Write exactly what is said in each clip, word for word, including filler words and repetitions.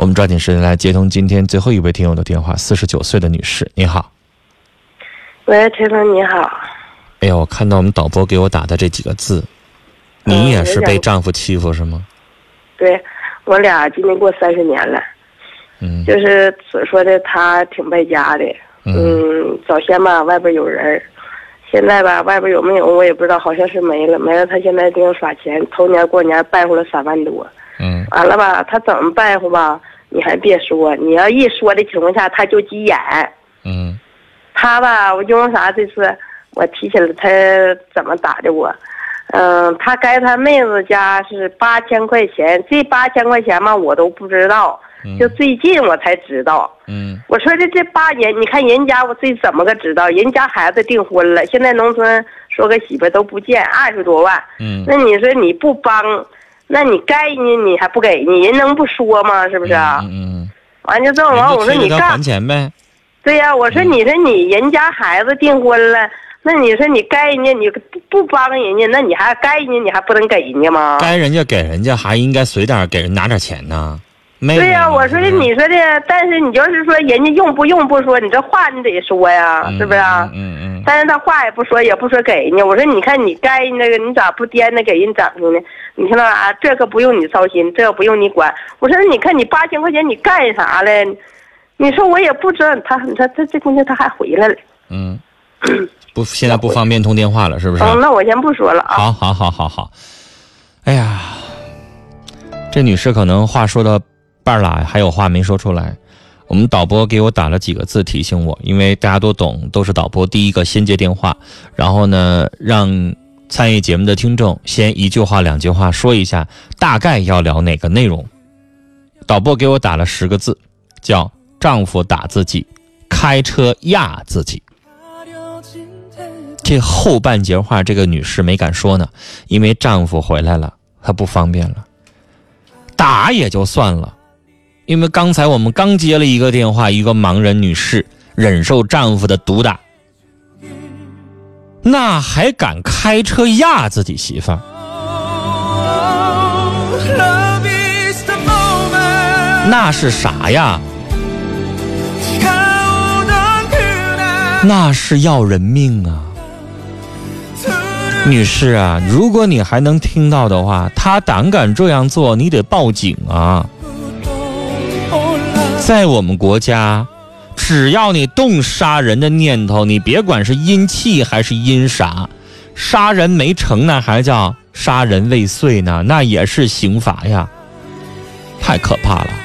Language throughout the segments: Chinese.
们抓紧时间来接通今天最后一位听友的电话，四十九岁的女士，你好。 喂，陈总你好。 哎呀，我看到我们导播给我打的这几个字，你也是被丈夫欺负是吗？ 对，我俩今年过三十年了。 嗯， 就是所说的他挺败家的。嗯, 嗯早先吧外边有人，现在吧外边有没有我也不知道，好像是没了没了。他现在净耍钱，头年过年败乎了三万多。 嗯， 完了吧，他怎么败乎吧？你还别说，你要一说的情况下，他就急眼。 嗯， 他吧，我因为啥？这次我提起了他怎么打的我。嗯，他该他妹子家是八千块钱，这八千块钱嘛，我都不知道。就最近我才知道。 嗯， 我说的这八年，你看人家我这怎么个知道？人家孩子订婚了，现在农村说个媳妇都不见，二十多万。 嗯， 那你说你不帮，那你该呢你还不给你，人能不说吗？是不是啊？ 嗯嗯。 完就这么完，我说你干还钱呗。 对呀、啊，我说你说你人家孩子订婚了。那你说你该人家你不不帮人家，那你还该人家你还不能给人家吗？ 该人家给人家还应该随点给人拿点钱呢。没对呀、啊，我说的你说的，但是你就是说人家用不用不说，你这话你得说呀， 嗯、 是不是啊？ 嗯 嗯, 嗯。 但是他话也不说，也不说给人家。我说你看你该那个你咋不颠的给人整去呢？你听到啥？这个不用你操心，这个不用你管。我说你看你八千块钱你干啥了？你说我也不知道他他他这空间他还回来了。 嗯。不，现在不方便通电话了，是不是？ 嗯，那我先不说了啊。 好，好，好，好，好。哎呀，这女士可能话说到半拉，还有话没说出来。我们导播给我打了几个字提醒我，因为大家都懂，都是导播第一个先接电话，然后呢，让参与节目的听众先一句话、两句话说一下大概要聊哪个内容。导播给我打了十个字，叫丈夫打自己，开车压自己。这后半截话这个女士没敢说呢，因为丈夫回来了，她不方便了。打也就算了，因为刚才我们刚接了一个电话，一个盲人女士忍受丈夫的毒打，那还敢开车压自己媳妇儿？那是啥呀？那是要人命啊！女士啊，如果你还能听到的话，他胆敢这样做，你得报警啊！在我们国家，只要你动杀人的念头，你别管是因气还是因啥，杀人没成呢，还叫杀人未遂呢，那也是刑罚呀，太可怕了。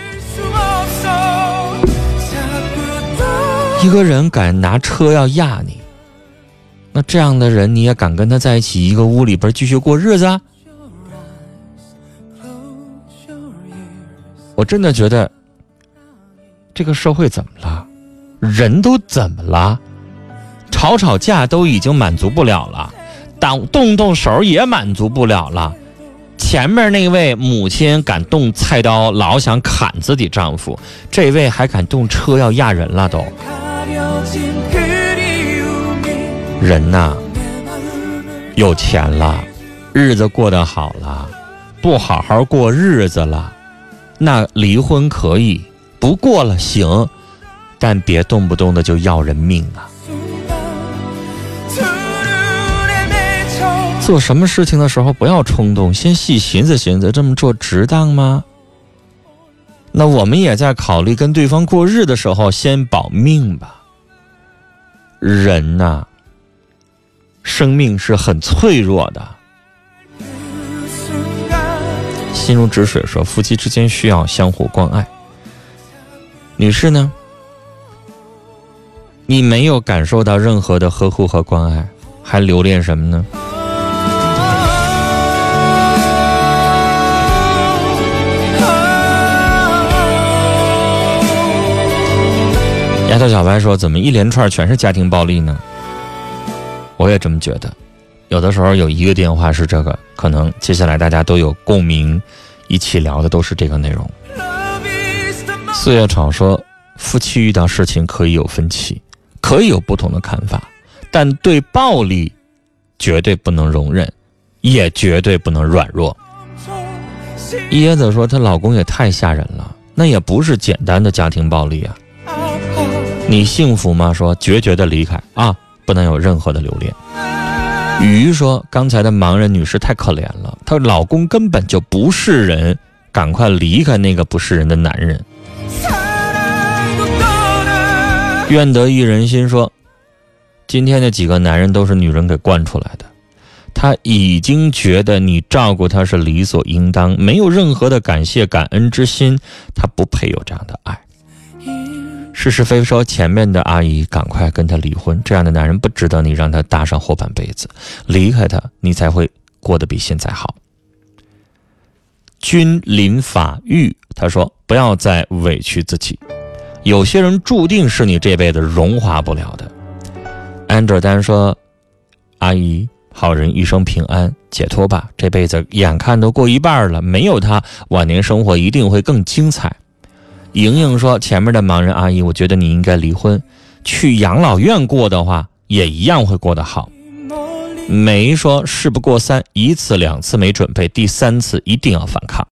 一个人敢拿车要压你，那这样的人你也敢跟他在一起一个屋里边继续过日子啊？我真的觉得这个社会怎么了？人都怎么了？吵吵架都已经满足不了了，动动动手也满足不了了。前面那位母亲敢动菜刀，老想砍自己丈夫，这位还敢动车要压人了都。人呐，有钱了，日子过得好了，不好好过日子了，那离婚可以，不过了行，但别动不动的就要人命啊！做什么事情的时候不要冲动，先细寻思寻思，这么做值当吗？那我们也在考虑跟对方过日的时候先保命吧。人呐，生命是很脆弱的。心如止水说，夫妻之间需要相互关爱。女士呢，你没有感受到任何的呵护和关爱，还留恋什么呢？丫头小白说，怎么一连串全是家庭暴力呢？我也这么觉得，有的时候有一个电话是这个，可能接下来大家都有共鸣，一起聊的都是这个内容。四叶草说，夫妻遇到事情可以有分歧，可以有不同的看法，但对暴力绝对不能容忍，也绝对不能软弱。椰子说，她老公也太吓人了， 那也不是简单的家庭暴力啊。你幸福吗？说决绝的离开啊，不能有任何的留恋。鱼说刚才的盲人女士太可怜了，她老公根本就不是人，赶快离开那个不是人的男人。愿得一人心说今天的几个男人都是女人给惯出来的，他已经觉得你照顾他是理所应当，没有任何的感谢感恩之心，他不配有这样的爱。是是非说前面的阿姨赶快跟他离婚，这样的男人不值得你让他搭上后半辈子，离开他你才会过得比现在好。君临法狱他说不要再委屈自己，有些人注定是你这辈子融化不了的。安卓丹说阿姨好人一生平安解脱吧，这辈子眼看都过一半了，没有他晚年生活一定会更精彩。莹莹说前面的盲人阿姨我觉得你应该离婚，去养老院过的话也一样会过得好。梅说事不过三，一次两次没准备，第三次一定要反抗。